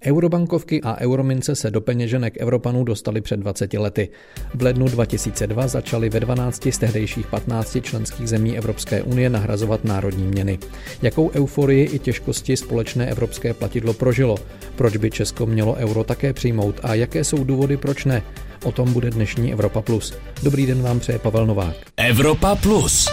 Eurobankovky a euromince se do peněženek Evropanů dostaly před 20 lety. V lednu 2002 začaly ve 12 z tehdejších 15 členských zemí Evropské unie nahrazovat národní měny. Jakou euforii i těžkosti společné evropské platidlo prožilo? Proč by Česko mělo euro také přijmout a jaké jsou důvody, proč ne? O tom bude dnešní Evropa Plus. Dobrý den vám přeje Pavel Novák. Evropa Plus.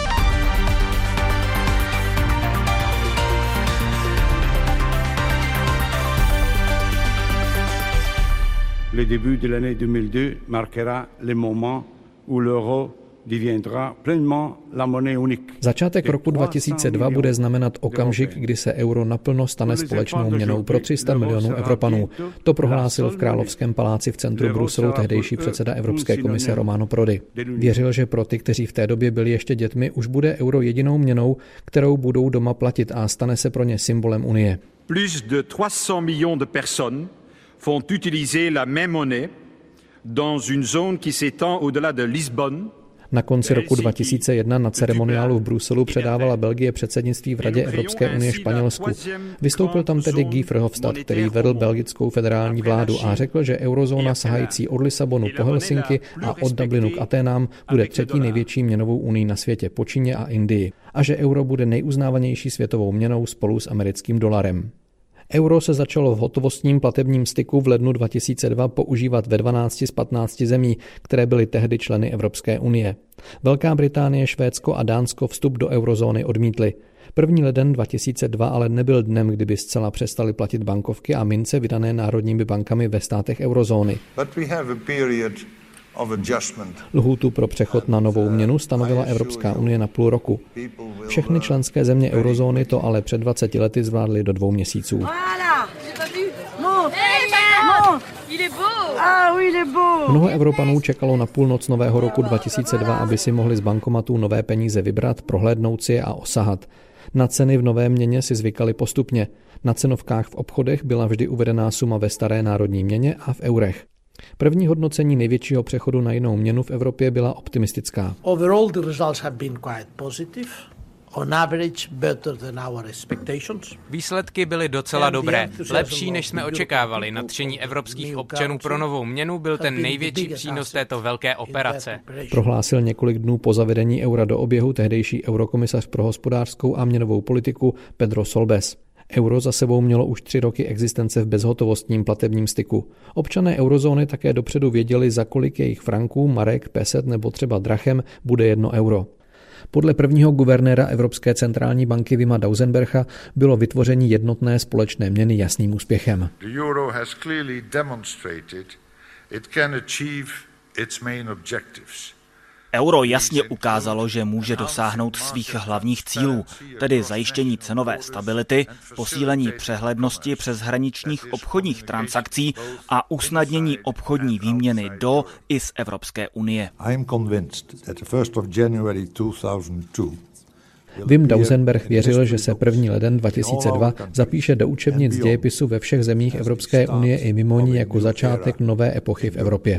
Le début de l'année 2002 marquera le moment où l'euro deviendra pleinement la monnaie unique. Začátek roku 2002 bude znamenat okamžik, kdy se euro naplno stane společnou měnou pro 300 milionů Evropanů. To prohlásil v Královském paláci v centru Bruselu tehdejší předseda Evropské komise Romano Prodi. Věřil, že pro ty, kteří v té době byli ještě dětmi, už bude euro jedinou měnou, kterou budou doma platit a stane se pro ně symbolem Unie. Plus de 300 millions de personnes font utiliser la même monnaie dans une zone qui s'étend au-delà de Lisbonne. Na konci roku 2001 na ceremoniálu v Bruselu předávala Belgie předsednictví v Radě Evropské unie Španělsku. Vystoupil tam tedy Guy Verhofstadt, který vedl belgickou federální vládu a řekl, že eurozóna sahající od Lisabonu po Helsinki a od Dublinu k Aténám bude třetí největší měnovou unii na světě po Číně a Indii a že euro bude nejuznávanější světovou měnou spolu s americkým dolarem. Euro se začalo v hotovostním platebním styku v lednu 2002 používat ve 12 z 15 zemí, které byly tehdy členy Evropské unie. Velká Británie, Švédsko a Dánsko vstup do eurozóny odmítly. 1. leden 2002 ale nebyl dnem, kdyby zcela přestaly platit bankovky a mince vydané národními bankami ve státech eurozóny. Lhůtu pro přechod na novou měnu stanovila Evropská unie na půl roku. Všechny členské země eurozóny to ale před 20 lety zvládly do 2 měsíců. Mnoho Evropanů čekalo na půlnoc nového roku 2002, aby si mohli z bankomatů nové peníze vybrat, prohlédnout si je a osahat. Na ceny v nové měně si zvykali postupně. Na cenovkách v obchodech byla vždy uvedená suma ve staré národní měně a v eurech. První hodnocení největšího přechodu na jinou měnu v Evropě byla optimistická. Overall the results have been quite positive. On average better than our expectations. Výsledky byly docela dobré, lepší než jsme očekávali. Nadšení evropských občanů pro novou měnu byl ten největší přínos této velké operace. Prohlásil několik dnů po zavedení eura do oběhu tehdejší eurokomisař pro hospodářskou a měnovou politiku Pedro Solbes. Euro za sebou mělo už 3 roky existence v bezhotovostním platebním styku. Občané eurozóny také dopředu věděli, za kolik jejich franků, marek, peset nebo třeba drachem bude 1 euro. Podle prvního guvernéra Evropské centrální banky Wima Duisenberga bylo vytvoření jednotné společné měny jasným úspěchem. The euro has clearly demonstrated it can achieve its main objectives. Euro jasně ukázalo, že může dosáhnout svých hlavních cílů, tedy zajištění cenové stability, posílení přehlednosti přeshraničních obchodních transakcí a usnadnění obchodní výměny do i z Evropské unie. Wim Duisenberg věřil, že se 1. leden 2002 zapíše do učebnic dějepisu ve všech zemích Evropské unie i mimo ní jako začátek nové epochy v Evropě.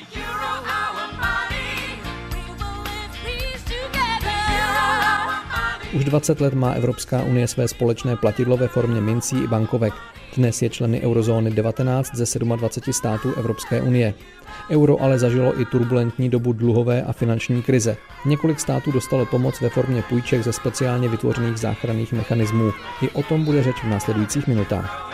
Už 20 let má Evropská unie své společné platidlo ve formě mincí i bankovek. Dnes je členy eurozóny 19 ze 27 států Evropské unie. Euro ale zažilo i turbulentní dobu dluhové a finanční krize. Několik států dostalo pomoc ve formě půjček ze speciálně vytvořených záchranných mechanismů. I o tom bude řeč v následujících minutách.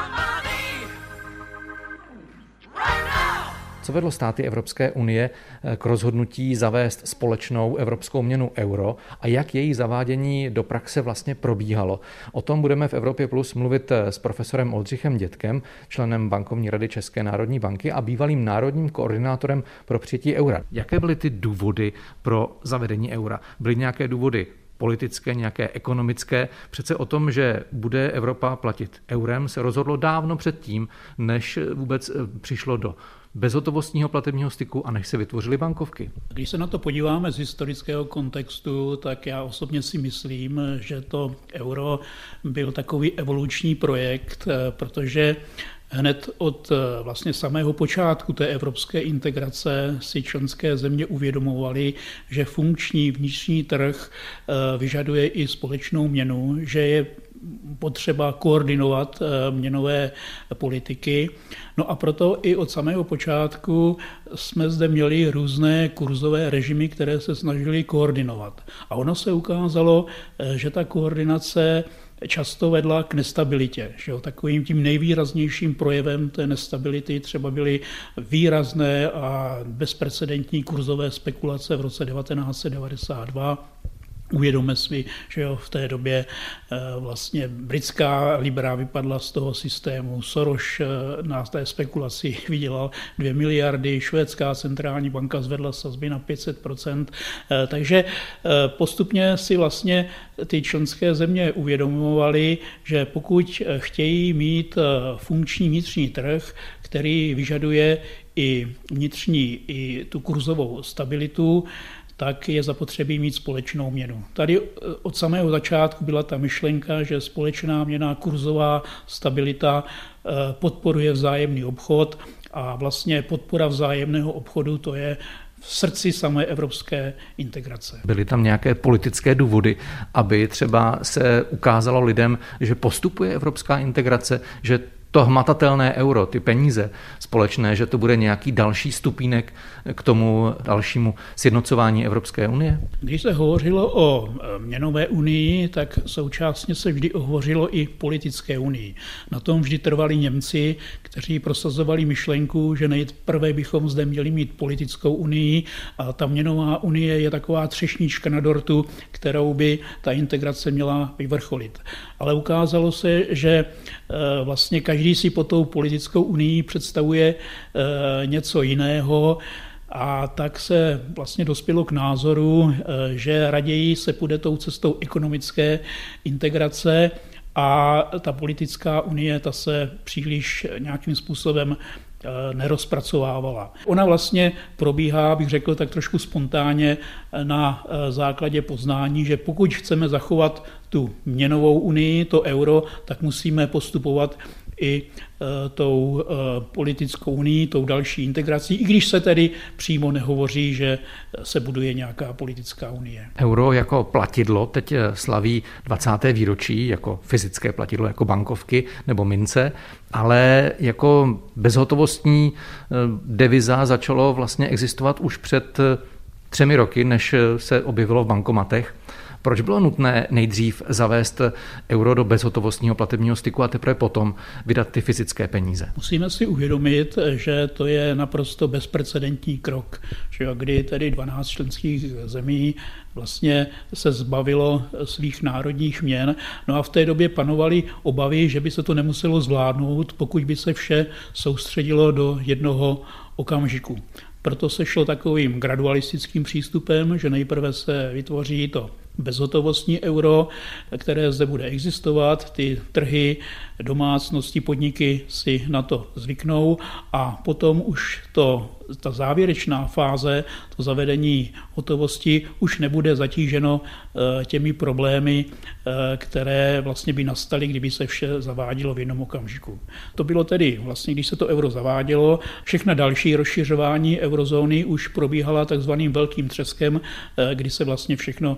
Co vedlo státy Evropské unie k rozhodnutí zavést společnou evropskou měnu euro a jak její zavádění do praxe vlastně probíhalo? O tom budeme v Evropě Plus mluvit s profesorem Oldřichem Dětkem, členem bankovní rady České národní banky a bývalým národním koordinátorem pro přijetí eura. Jaké byly ty důvody pro zavedení eura? Byly nějaké důvody politické, nějaké ekonomické? Přece o tom, že bude Evropa platit eurem, se rozhodlo dávno předtím, než vůbec přišlo do bezhotovostního platebního styku a než se vytvořily bankovky. Když se na to podíváme z historického kontextu, tak já osobně si myslím, že to euro byl takový evoluční projekt, protože hned od vlastně samého počátku té evropské integrace si členské země uvědomovaly, že funkční vnitřní trh vyžaduje i společnou měnu, že je potřeba koordinovat měnové politiky. No a proto i od samého počátku jsme zde měli různé kurzové režimy, které se snažili koordinovat. A ono se ukázalo, že ta koordinace často vedla k nestabilitě. Že jo? Takovým tím nejvýraznějším projevem té nestability třeba byly výrazné a bezprecedentní kurzové spekulace v roce 1992. Uvědomme si, že jo, v té době vlastně britská libra vypadla z toho systému, Soros na té spekulaci vydělal 2 miliardy, švédská centrální banka zvedla sazby na 500%, takže postupně si vlastně ty členské země uvědomovaly, že pokud chtějí mít funkční vnitřní trh, který vyžaduje i vnitřní, i tu kurzovou stabilitu, tak je zapotřebí mít společnou měnu. Tady od samého začátku byla ta myšlenka, že společná měna, kurzová stabilita podporuje vzájemný obchod a vlastně podpora vzájemného obchodu to je v srdci samé evropské integrace. Byly tam nějaké politické důvody, aby třeba se ukázalo lidem, že postupuje evropská integrace, že to hmatatelné euro, ty peníze společné, že to bude nějaký další stupínek k tomu dalšímu sjednocování Evropské unie? Když se hovořilo o měnové unii, tak současně se vždy hovořilo i politické unii. Na tom vždy trvali Němci, kteří prosazovali myšlenku, že nejprve bychom zde měli mít politickou unii a ta měnová unie je taková třešnička na dortu, kterou by ta integrace měla vyvrcholit. Ale ukázalo se, že vlastně každý si pod tou politickou unii představuje něco jiného a tak se vlastně dospělo k názoru, že raději se půjde tou cestou ekonomické integrace a ta politická unie ta se příliš nějakým způsobem nerozpracovávala. Ona vlastně probíhá, bych řekl, tak trošku spontánně na základě poznání, že pokud chceme zachovat tu měnovou unii, to euro, tak musíme postupovat i tou politickou unii, tou další integrací, i když se tedy přímo nehovoří, že se buduje nějaká politická unie. Euro jako platidlo teď slaví 20. výročí, jako fyzické platidlo, jako bankovky nebo mince, ale jako bezhotovostní deviza začalo vlastně existovat už před 3 roky, než se objevilo v bankomatech. Proč bylo nutné nejdřív zavést euro do bezhotovostního platebního styku a teprve potom vydat ty fyzické peníze? Musíme si uvědomit, že to je naprosto bezprecedentní krok, že kdy tedy 12 členských zemí vlastně se zbavilo svých národních měn. No a v té době panovaly obavy, že by se to nemuselo zvládnout, pokud by se vše soustředilo do jednoho okamžiku. Proto se šlo takovým gradualistickým přístupem, že nejprve se vytvoří to bezhotovostní euro, které zde bude existovat, ty trhy, domácnosti, podniky si na to zvyknou a potom už ta závěrečná fáze, to zavedení hotovosti už nebude zatíženo těmi problémy, které vlastně by nastaly, kdyby se vše zavádělo v jednom okamžiku. To bylo tedy vlastně, když se to euro zavádělo, všechna další rozšiřování eurozóny už probíhala takzvaným velkým třeskem, kdy se vlastně všechno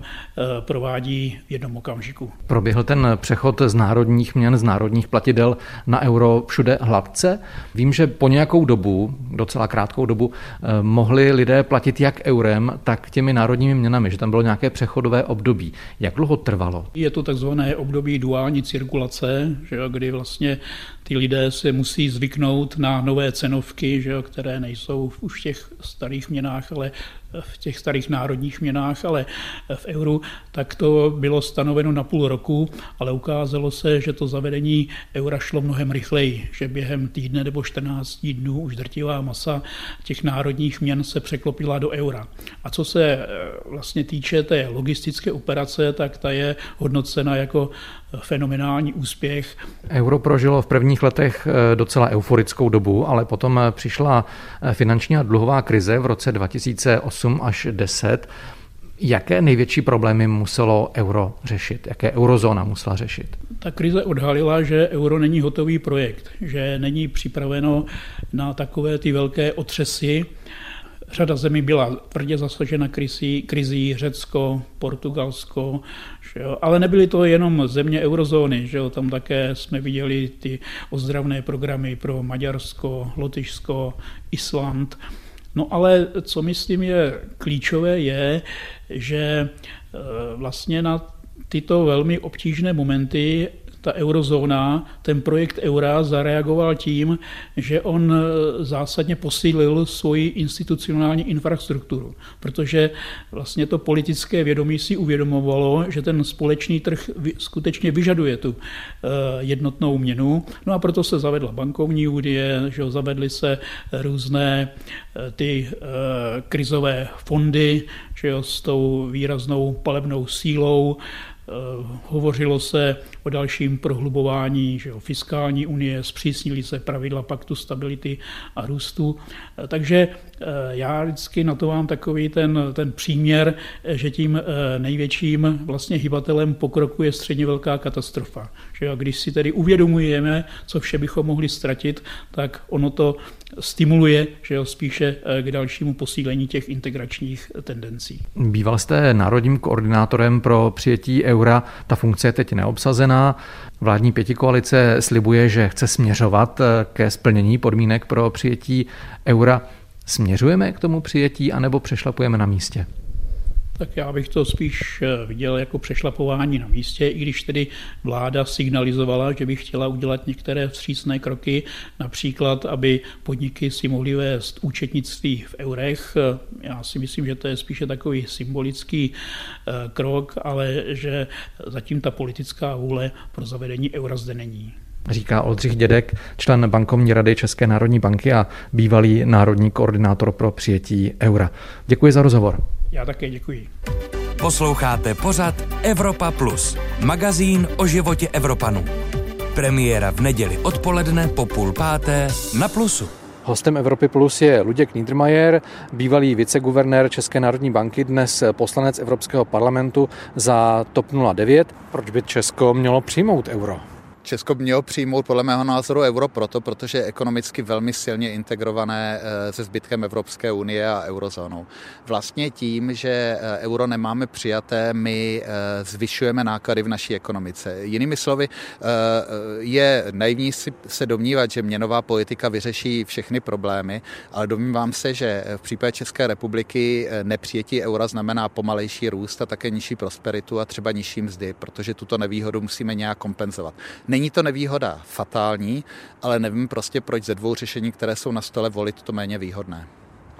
provádí v jednom okamžiku. Proběhl ten přechod z národních měn, z národních platidel na euro všude hladce? Vím, že po nějakou dobu, docela krátkou dobu, mohli lidé platit jak eurem, tak těmi národními měnami, že tam bylo nějaké přechodové období. Jak dlouho trvalo? Je to takzvané období duální cirkulace, že kdy vlastně ty lidé se musí zvyknout na nové cenovky, že které nejsou už v těch starých měnách, ale v těch starých národních měnách, ale v euru, tak to bylo stanoveno na půl roku, ale ukázalo se, že to zavedení eura šlo mnohem rychleji, že během týdne nebo 14 dnů už drtivá masa těch národních měn se překlopila do eura. A co se vlastně týče té logistické operace, tak ta je hodnocena jako fenomenální úspěch. Euro prožilo v prvních letech docela euforickou dobu, ale potom přišla finanční a dluhová krize v roce 2008 až 10. Jaké největší problémy muselo euro řešit? Jaké eurozóna musela řešit? Ta krize odhalila, že euro není hotový projekt, že není připraveno na takové ty velké otřesy. Řada zemí byla tvrdě zasažena krizí, Řecko, Portugalsko, že jo? Ale nebyly to jenom země eurozóny, že jo? Tam také jsme viděli ty ozdravné programy pro Maďarsko, Lotyšsko, Island. No ale co myslím je klíčové je, že vlastně na tyto velmi obtížné momenty ta eurozóna, ten projekt eura zareagoval tím, že on zásadně posílil svoji institucionální infrastrukturu, protože vlastně to politické vědomí si uvědomovalo, že ten společný trh skutečně vyžaduje tu jednotnou měnu. No a proto se zavedla bankovní unie, že zavedly se různé ty krizové fondy, že jo, s tou výraznou palebnou sílou. Hovořilo se o dalším prohlubování, že o fiskální unie, zpřísnily se pravidla paktu stability a růstu. Takže já vždycky na to mám takový ten příměr, že tím největším vlastně hybatelem pokroku je středně velká katastrofa. Že když si tedy uvědomujeme, co vše bychom mohli ztratit, tak ono to stimuluje, že jo, spíše k dalšímu posílení těch integračních tendencí. Býval jste národním koordinátorem pro přijetí eura, ta funkce je teď neobsazená. Vládní pětikoalice slibuje, že chce směřovat ke splnění podmínek pro přijetí eura. Směřujeme k tomu přijetí, anebo přešlapujeme na místě? Tak já bych to spíš viděl jako přešlapování na místě, i když tedy vláda signalizovala, že by chtěla udělat některé vstřícné kroky, například, aby podniky si mohly vést účetnictví v eurech. Já si myslím, že to je spíše takový symbolický krok, ale že zatím ta politická vůle pro zavedení eura zde není. Říká Oldřich Dědek, člen bankovní rady České národní banky a bývalý národní koordinátor pro přijetí eura. Děkuji za rozhovor. Já také děkuji. Posloucháte pořad Evropa Plus, magazín o životě Evropanů. Premiéra v neděli odpoledne po 4:30 na Plusu. Hostem Evropy Plus je Luděk Niedermayer, bývalý viceguvernér České národní banky, dnes poslanec Evropského parlamentu za TOP 09. Proč by Česko mělo přijmout euro? Česko mělo přijmout podle mého názoru euro protože je ekonomicky velmi silně integrované se zbytkem Evropské unie a eurozónou. Vlastně tím, že euro nemáme přijaté, my zvyšujeme náklady v naší ekonomice. Jinými slovy, je naivní se domnívat, že měnová politika vyřeší všechny problémy, ale domnívám se, že v případě České republiky nepřijetí eura znamená pomalejší růst a také nižší prosperitu a třeba nižší mzdy, protože tuto nevýhodu musíme nějak kompenzovat. Není to nevýhoda fatální, ale nevím prostě, proč ze dvou řešení, které jsou na stole, volit to méně výhodné.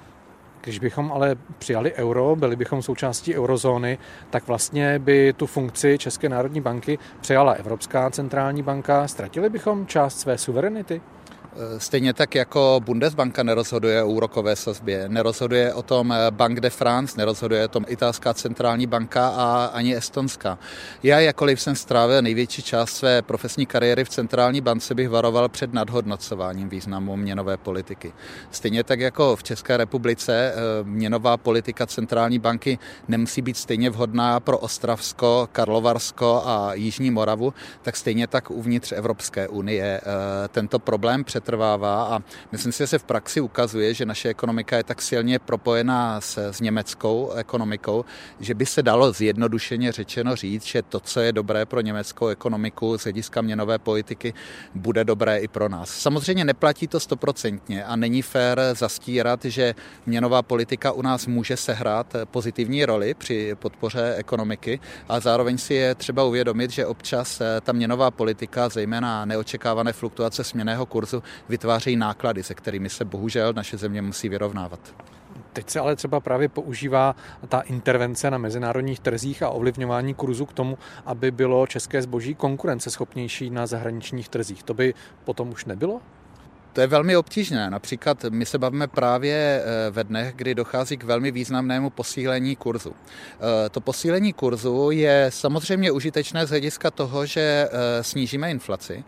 Když bychom ale přijali euro, byli bychom součástí eurozóny, tak vlastně by tu funkci České národní banky přejala Evropská centrální banka. Ztratili bychom část své suverenity? Stejně tak jako Bundesbanka nerozhoduje o úrokové sazbě, nerozhoduje o tom Banque de France, nerozhoduje o tom italská centrální banka a ani estonská. Já, jakkoliv jsem strávil největší část své profesní kariéry v centrální bance, bych varoval před nadhodnocováním významu měnové politiky. Stejně tak jako v České republice měnová politika centrální banky nemusí být stejně vhodná pro Ostravsko, Karlovarsko a Jižní Moravu, tak stejně tak uvnitř Evropské unie tento problém přetrvává a myslím si, že se v praxi ukazuje, že naše ekonomika je tak silně propojená s německou ekonomikou, že by se dalo zjednodušeně řečeno říct, že to, co je dobré pro německou ekonomiku z hlediska měnové politiky, bude dobré i pro nás. Samozřejmě neplatí to 100% a není fér zastírat, že měnová politika u nás může sehrát pozitivní roli při podpoře ekonomiky a zároveň si je třeba uvědomit, že občas ta měnová politika, zejména neočekávané fluktuace směnného kurzu, vytvářejí náklady, se kterými se bohužel naše země musí vyrovnávat. Teď se ale třeba právě používá ta intervence na mezinárodních trzích a ovlivňování kurzu k tomu, aby bylo české zboží konkurenceschopnější na zahraničních trzích. To by potom už nebylo? To je velmi obtížné. Například my se bavíme právě ve dnech, kdy dochází k velmi významnému posílení kurzu. To posílení kurzu je samozřejmě užitečné z hlediska toho, že snížíme inflaci,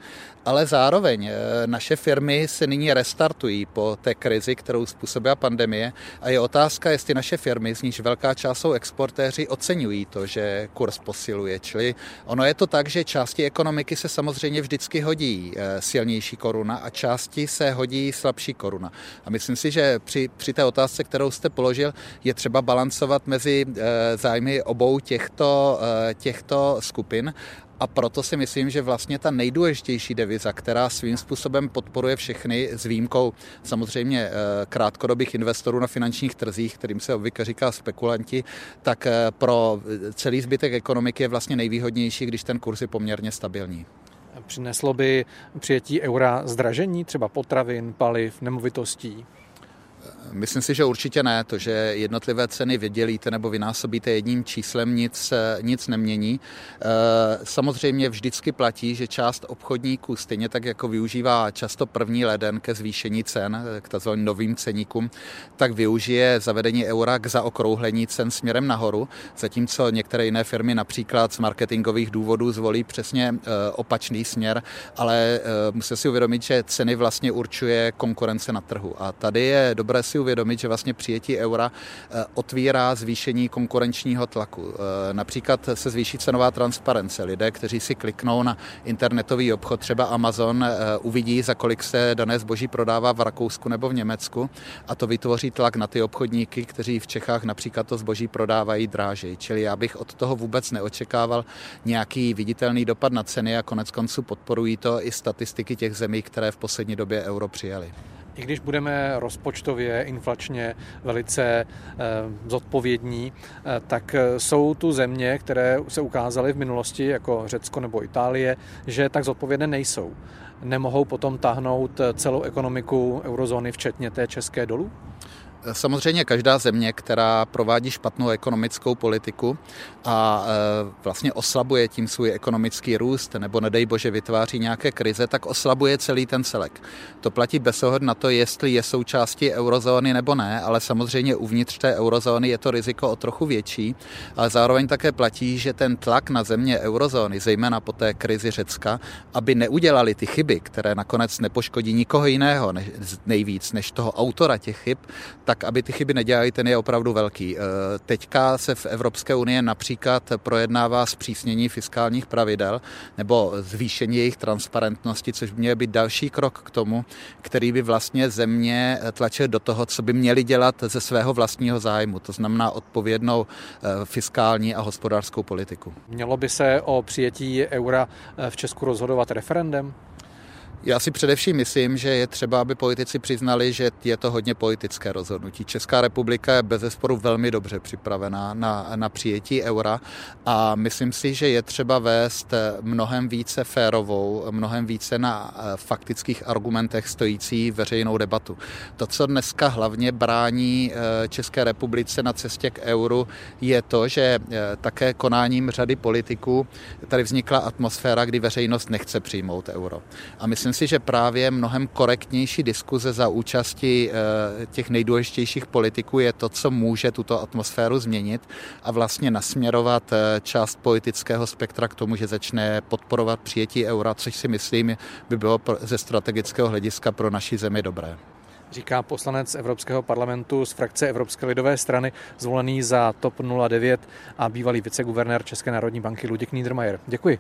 ale zároveň naše firmy se nyní restartují po té krizi, kterou způsobila pandemie a je otázka, jestli naše firmy, z níž velká část jsou exportéři, oceňují to, že kurz posiluje. Čili ono je to tak, že části ekonomiky se samozřejmě vždycky hodí silnější koruna a části se hodí slabší koruna. A myslím si, že při té otázce, kterou jste položil, je třeba balancovat mezi zájmy obou těchto skupin. A proto si myslím, že vlastně ta nejdůležitější deviza, která svým způsobem podporuje všechny, s výjimkou samozřejmě krátkodobých investorů na finančních trzích, kterým se obvykle říká spekulanti, tak pro celý zbytek ekonomiky je vlastně nejvýhodnější, když ten kurz je poměrně stabilní. Přineslo by přijetí eura zdražení třeba potravin, paliv, nemovitostí? Myslím si, že určitě ne. To, že jednotlivé ceny vydělíte nebo vynásobíte jedním číslem, nic nemění. Samozřejmě vždycky platí, že část obchodníků, stejně tak jako využívá často 1. leden ke zvýšení cen, k takzvaným novým ceníkům, tak využije zavedení eura k zaokrouhlení cen směrem nahoru, zatímco některé jiné firmy například z marketingových důvodů zvolí přesně opačný směr, ale musí si uvědomit, že ceny vlastně určuje konkurence na trhu. A tady je dobré si uvědomit, že vlastně přijetí eura otvírá zvýšení konkurenčního tlaku. Například se zvýší cenová transparence. Lidé, kteří si kliknou na internetový obchod, třeba Amazon, uvidí, za kolik se dané zboží prodává v Rakousku nebo v Německu a to vytvoří tlak na ty obchodníky, kteří v Čechách například to zboží prodávají drážeji. Čili já bych od toho vůbec neočekával nějaký viditelný dopad na ceny a koneckonců podporují to i statistiky těch zemí, které v poslední době euro přijaly. I když budeme rozpočtově, inflačně velice zodpovědní, tak jsou tu země, které se ukázaly v minulosti, jako Řecko nebo Itálie, že tak zodpovědné nejsou. Nemohou potom táhnout celou ekonomiku eurozóny, včetně té české dolů? Samozřejmě každá země, která provádí špatnou ekonomickou politiku a vlastně oslabuje tím svůj ekonomický růst nebo nedej bože vytváří nějaké krize, tak oslabuje celý ten celek. To platí bez ohledu na to, jestli je součástí eurozóny nebo ne, ale samozřejmě uvnitř té eurozóny je to riziko o trochu větší, ale zároveň také platí, že ten tlak na země eurozóny, zejména po té krizi Řecka, aby neudělali ty chyby, které nakonec nepoškodí nikoho jiného nejvíc než toho autora těch chyb, tak aby ty chyby nedělali, ten je opravdu velký. Teďka se v Evropské unii například projednává zpřísnění fiskálních pravidel nebo zvýšení jejich transparentnosti, což by měl být další krok k tomu, který by vlastně země tlačil do toho, co by měli dělat ze svého vlastního zájmu. To znamená odpovědnou fiskální a hospodářskou politiku. Mělo by se o přijetí eura v Česku rozhodovat referendem? Já si především myslím, že je třeba, aby politici přiznali, že je to hodně politické rozhodnutí. Česká republika je bezesporu velmi dobře připravená na přijetí eura a myslím si, že je třeba vést mnohem více férovou, mnohem více na faktických argumentech stojící veřejnou debatu. To, co dneska hlavně brání České republice na cestě k euru, je to, že také konáním řady politiků tady vznikla atmosféra, kdy veřejnost nechce přijmout euro. A myslím si, že právě mnohem korektnější diskuze za účasti těch nejdůležitějších politiků je to, co může tuto atmosféru změnit a vlastně nasměrovat část politického spektra k tomu, že začne podporovat přijetí eura, což si myslím by bylo ze strategického hlediska pro naši zemi dobré. Říká poslanec Evropského parlamentu z frakce Evropské lidové strany, zvolený za TOP 09 a bývalý viceguvernér České národní banky Luděk Niedermayer. Děkuji.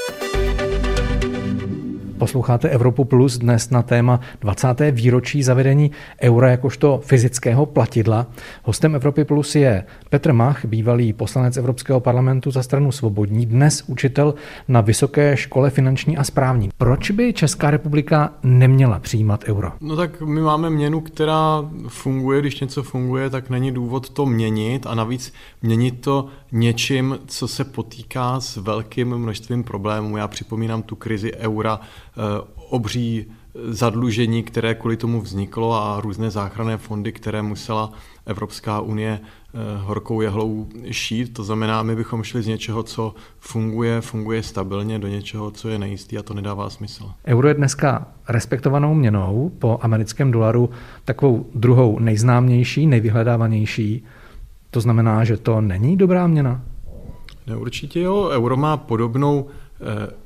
Posloucháte Evropu Plus dnes na téma 20. výročí zavedení eura jakožto fyzického platidla. Hostem Evropy Plus je Petr Mach, bývalý poslanec Evropského parlamentu za stranu Svobodní, dnes učitel na Vysoké škole finanční a správní. Proč by Česká republika neměla přijímat euro? No tak my máme měnu, která funguje, když něco funguje, tak není důvod to měnit a navíc měnit to něčím, co se potýká s velkým množstvím problémů. Já připomínám tu krizi eura, obří zadlužení, které kvůli tomu vzniklo a různé záchranné fondy, které musela Evropská unie horkou jehlou šít. To znamená, my bychom šli z něčeho, co funguje stabilně, do něčeho, co je nejistý a to nedává smysl. Euro je dneska respektovanou měnou po americkém dolaru, takovou druhou nejznámější, nejvyhledávanější. To znamená, že to není dobrá měna? Ne, určitě jo. Euro má podobnou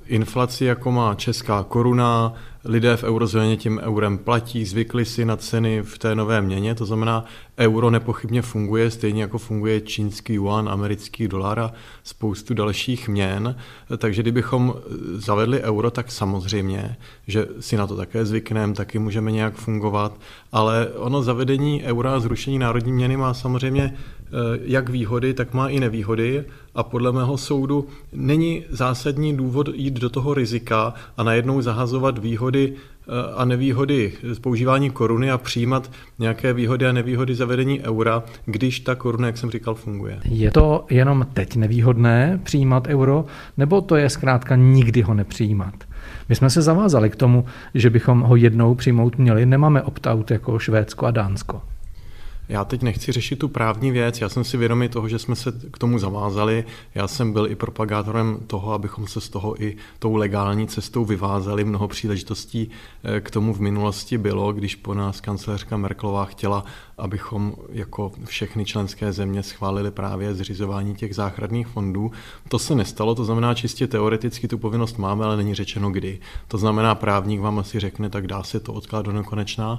inflaci, jako má česká koruna, lidé v eurozóně tím eurem platí, zvykli si na ceny v té nové měně, to znamená, euro nepochybně funguje, stejně jako funguje čínský yuan, americký dolar a spoustu dalších měn, takže kdybychom zavedli euro, tak samozřejmě, že si na to také zvykneme, taky můžeme nějak fungovat, ale ono zavedení eura a zrušení národní měny má samozřejmě jak výhody, tak má i nevýhody a podle mého soudu není zásadní důvod jít do toho rizika a najednou zahazovat výhody a nevýhody z používání koruny a přijímat nějaké výhody a nevýhody zavedení eura, když ta koruna, jak jsem říkal, funguje. Je to jenom teď nevýhodné přijímat euro, nebo to je zkrátka nikdy ho nepřijímat? My jsme se zavázali k tomu, že bychom ho jednou přijmout měli, nemáme opt-out jako Švédsko a Dánsko. Já teď nechci řešit tu právní věc, já jsem si vědomý toho, že jsme se k tomu zavázali. Já jsem byl i propagátorem toho, abychom se z toho i tou legální cestou vyvázali. Mnoho příležitostí k tomu v minulosti bylo, když po nás kancléřka Merkelová chtěla, abychom jako všechny členské země schválili právě zřizování těch záchranných fondů. To se nestalo, to znamená čistě teoreticky tu povinnost máme, ale není řečeno kdy. To znamená, právník vám asi řekne, tak dá se to odkládat do nekonečna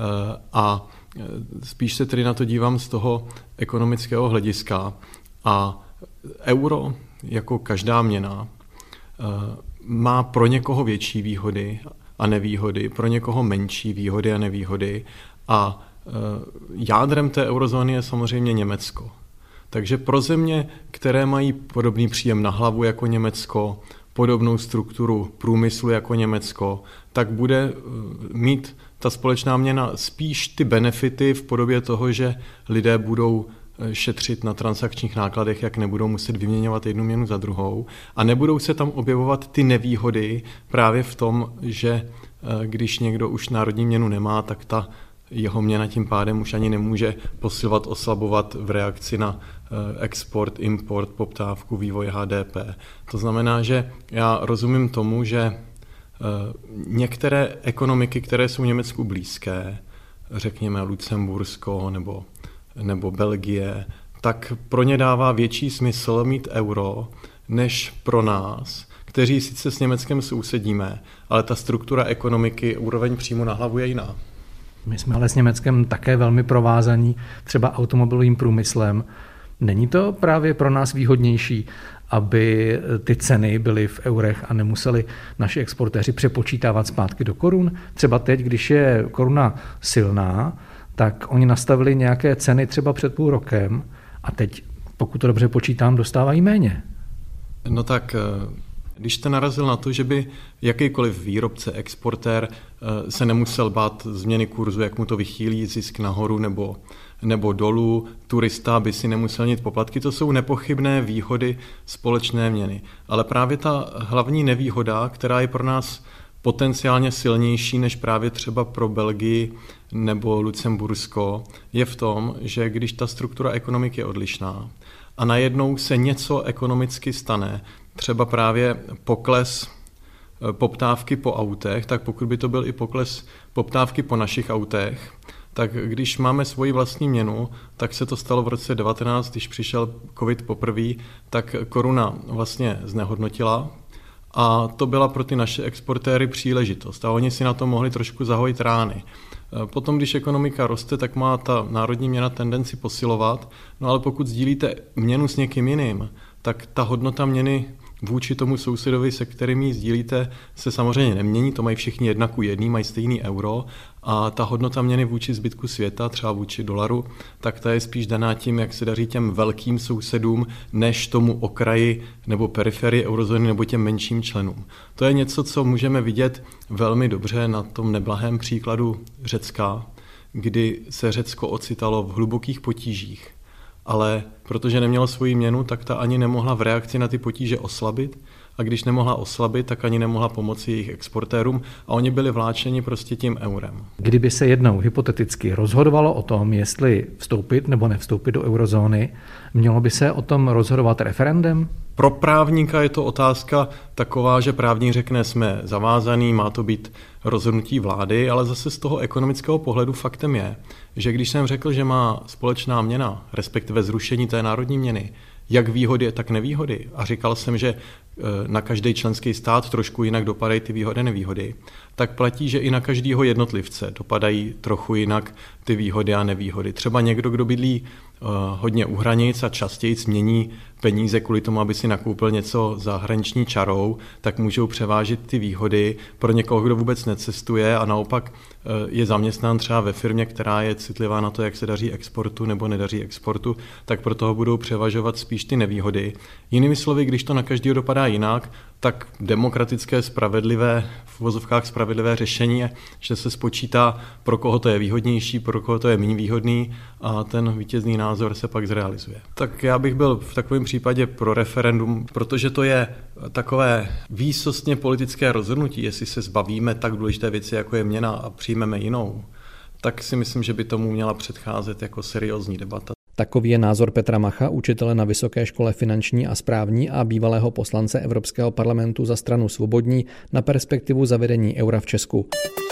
a spíš se tedy na to dívám z toho ekonomického hlediska a euro, jako každá měna, má pro někoho větší výhody a nevýhody, pro někoho menší výhody a nevýhody a jádrem té eurozóny je samozřejmě Německo. Takže pro země, které mají podobný příjem na hlavu jako Německo, podobnou strukturu průmyslu jako Německo, tak bude mít ta společná měna spíš ty benefity v podobě toho, že lidé budou šetřit na transakčních nákladech, jak nebudou muset vyměňovat jednu měnu za druhou a nebudou se tam objevovat ty nevýhody právě v tom, že když někdo už národní měnu nemá, tak ta jeho měna tím pádem už ani nemůže posilovat, oslabovat v reakci na export, import, poptávku, vývoj HDP. To znamená, že já rozumím tomu, že některé ekonomiky, které jsou Německu blízké, řekněme Lucembursko nebo Belgie, tak pro ně dává větší smysl mít euro, než pro nás, kteří sice s Německem sousedíme, ale ta struktura ekonomiky, úroveň příjmu na hlavu je jiná. My jsme ale s Německem také velmi provázaní, třeba automobilovým průmyslem. Není to právě pro nás výhodnější, aby ty ceny byly v eurech a nemuseli naši exportéři přepočítávat zpátky do korun? Třeba teď, když je koruna silná, tak oni nastavili nějaké ceny třeba před půl rokem a teď, pokud to dobře počítám, dostávají méně. No tak, když jste narazil na to, že by jakýkoliv výrobce, exportér se nemusel bát změny kurzu, jak mu to vychýlí zisk nahoru nebo dolů, turista by si nemusel nít poplatky, to jsou nepochybné výhody společné měny. Ale právě ta hlavní nevýhoda, která je pro nás potenciálně silnější než právě třeba pro Belgii nebo Lucembursko, je v tom, že když ta struktura ekonomiky je odlišná a najednou se něco ekonomicky stane, třeba právě pokles poptávky po autech, tak pokud by to byl i pokles poptávky po našich autech, tak když máme svoji vlastní měnu, tak se to stalo v roce 2019, když přišel covid poprvé, tak koruna vlastně znehodnotila a to byla pro ty naše exportéry příležitost a oni si na to mohli trošku zahojit rány. Potom, když ekonomika roste, tak má ta národní měna tendenci posilovat, no ale pokud sdílíte měnu s někým jiným, tak ta hodnota měny vůči tomu sousedovi, se kterým ji sdílíte, se samozřejmě nemění, to mají všichni 1:1, mají stejný euro a ta hodnota měny vůči zbytku světa, třeba vůči dolaru, tak ta je spíš daná tím, jak se daří těm velkým sousedům, než tomu okraji nebo periferii eurozóny nebo těm menším členům. To je něco, co můžeme vidět velmi dobře na tom neblahém příkladu Řecka, kdy se Řecko ocitalo v hlubokých potížích. Ale protože neměla svoji měnu, tak ta ani nemohla v reakci na ty potíže oslabit a když nemohla oslabit, tak ani nemohla pomoci jejich exportérům a oni byli vláčeni prostě tím eurem. Kdyby se jednou hypoteticky rozhodovalo o tom, jestli vstoupit nebo nevstoupit do eurozóny, mělo by se o tom rozhodovat referendem? Pro právníka je to otázka taková, že právník řekne, jsme zavázaný, má to být rozhodnutí vlády, ale zase z toho ekonomického pohledu faktem je, že když jsem řekl, že má společná měna, respektive zrušení té národní měny, jak výhody, tak nevýhody. A říkal jsem, že na každý členský stát trošku jinak dopadají ty výhody a nevýhody, tak platí, že i na každého jednotlivce dopadají trochu jinak ty výhody a nevýhody. Třeba někdo, kdo bydlí hodně u hranic a častěji mění peníze kvůli tomu, aby si nakoupil něco za hraniční čarou, tak můžou převážit ty výhody. Pro někoho, kdo vůbec necestuje a naopak je zaměstnán třeba ve firmě, která je citlivá na to, jak se daří exportu nebo nedaří exportu, tak pro toho budou převažovat spíš ty nevýhody. Jinými slovy, když to na každého dopadá jinak, tak demokratické, spravedlivé, v uvozovkách spravedlivé řešení je, že se spočítá, pro koho to je výhodnější, pro koho to je méně výhodný a ten vítězný názor se pak zrealizuje. Tak já bych byl v takovém případě pro referendum, protože to je takové výsostně politické rozhodnutí, jestli se zbavíme tak důležité věci, jako je měna a přijmeme jinou, tak si myslím, že by tomu měla předcházet jako seriózní debata. Takový je názor Petra Macha, učitele na Vysoké škole finanční a správní a bývalého poslance Evropského parlamentu za stranu Svobodní na perspektivu zavedení eura v Česku.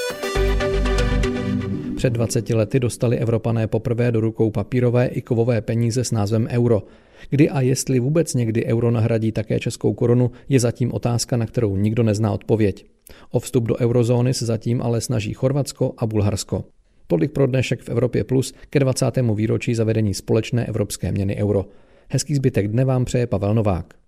Před 20 lety dostali Evropané poprvé do rukou papírové i kovové peníze s názvem euro. Kdy a jestli vůbec někdy euro nahradí také českou korunu, je zatím otázka, na kterou nikdo nezná odpověď. O vstup do eurozóny se zatím ale snaží Chorvatsko a Bulharsko. Tolik pro dnešek v Evropě Plus ke 20. výročí zavedení společné evropské měny euro. Hezký zbytek dne vám přeje Pavel Novák.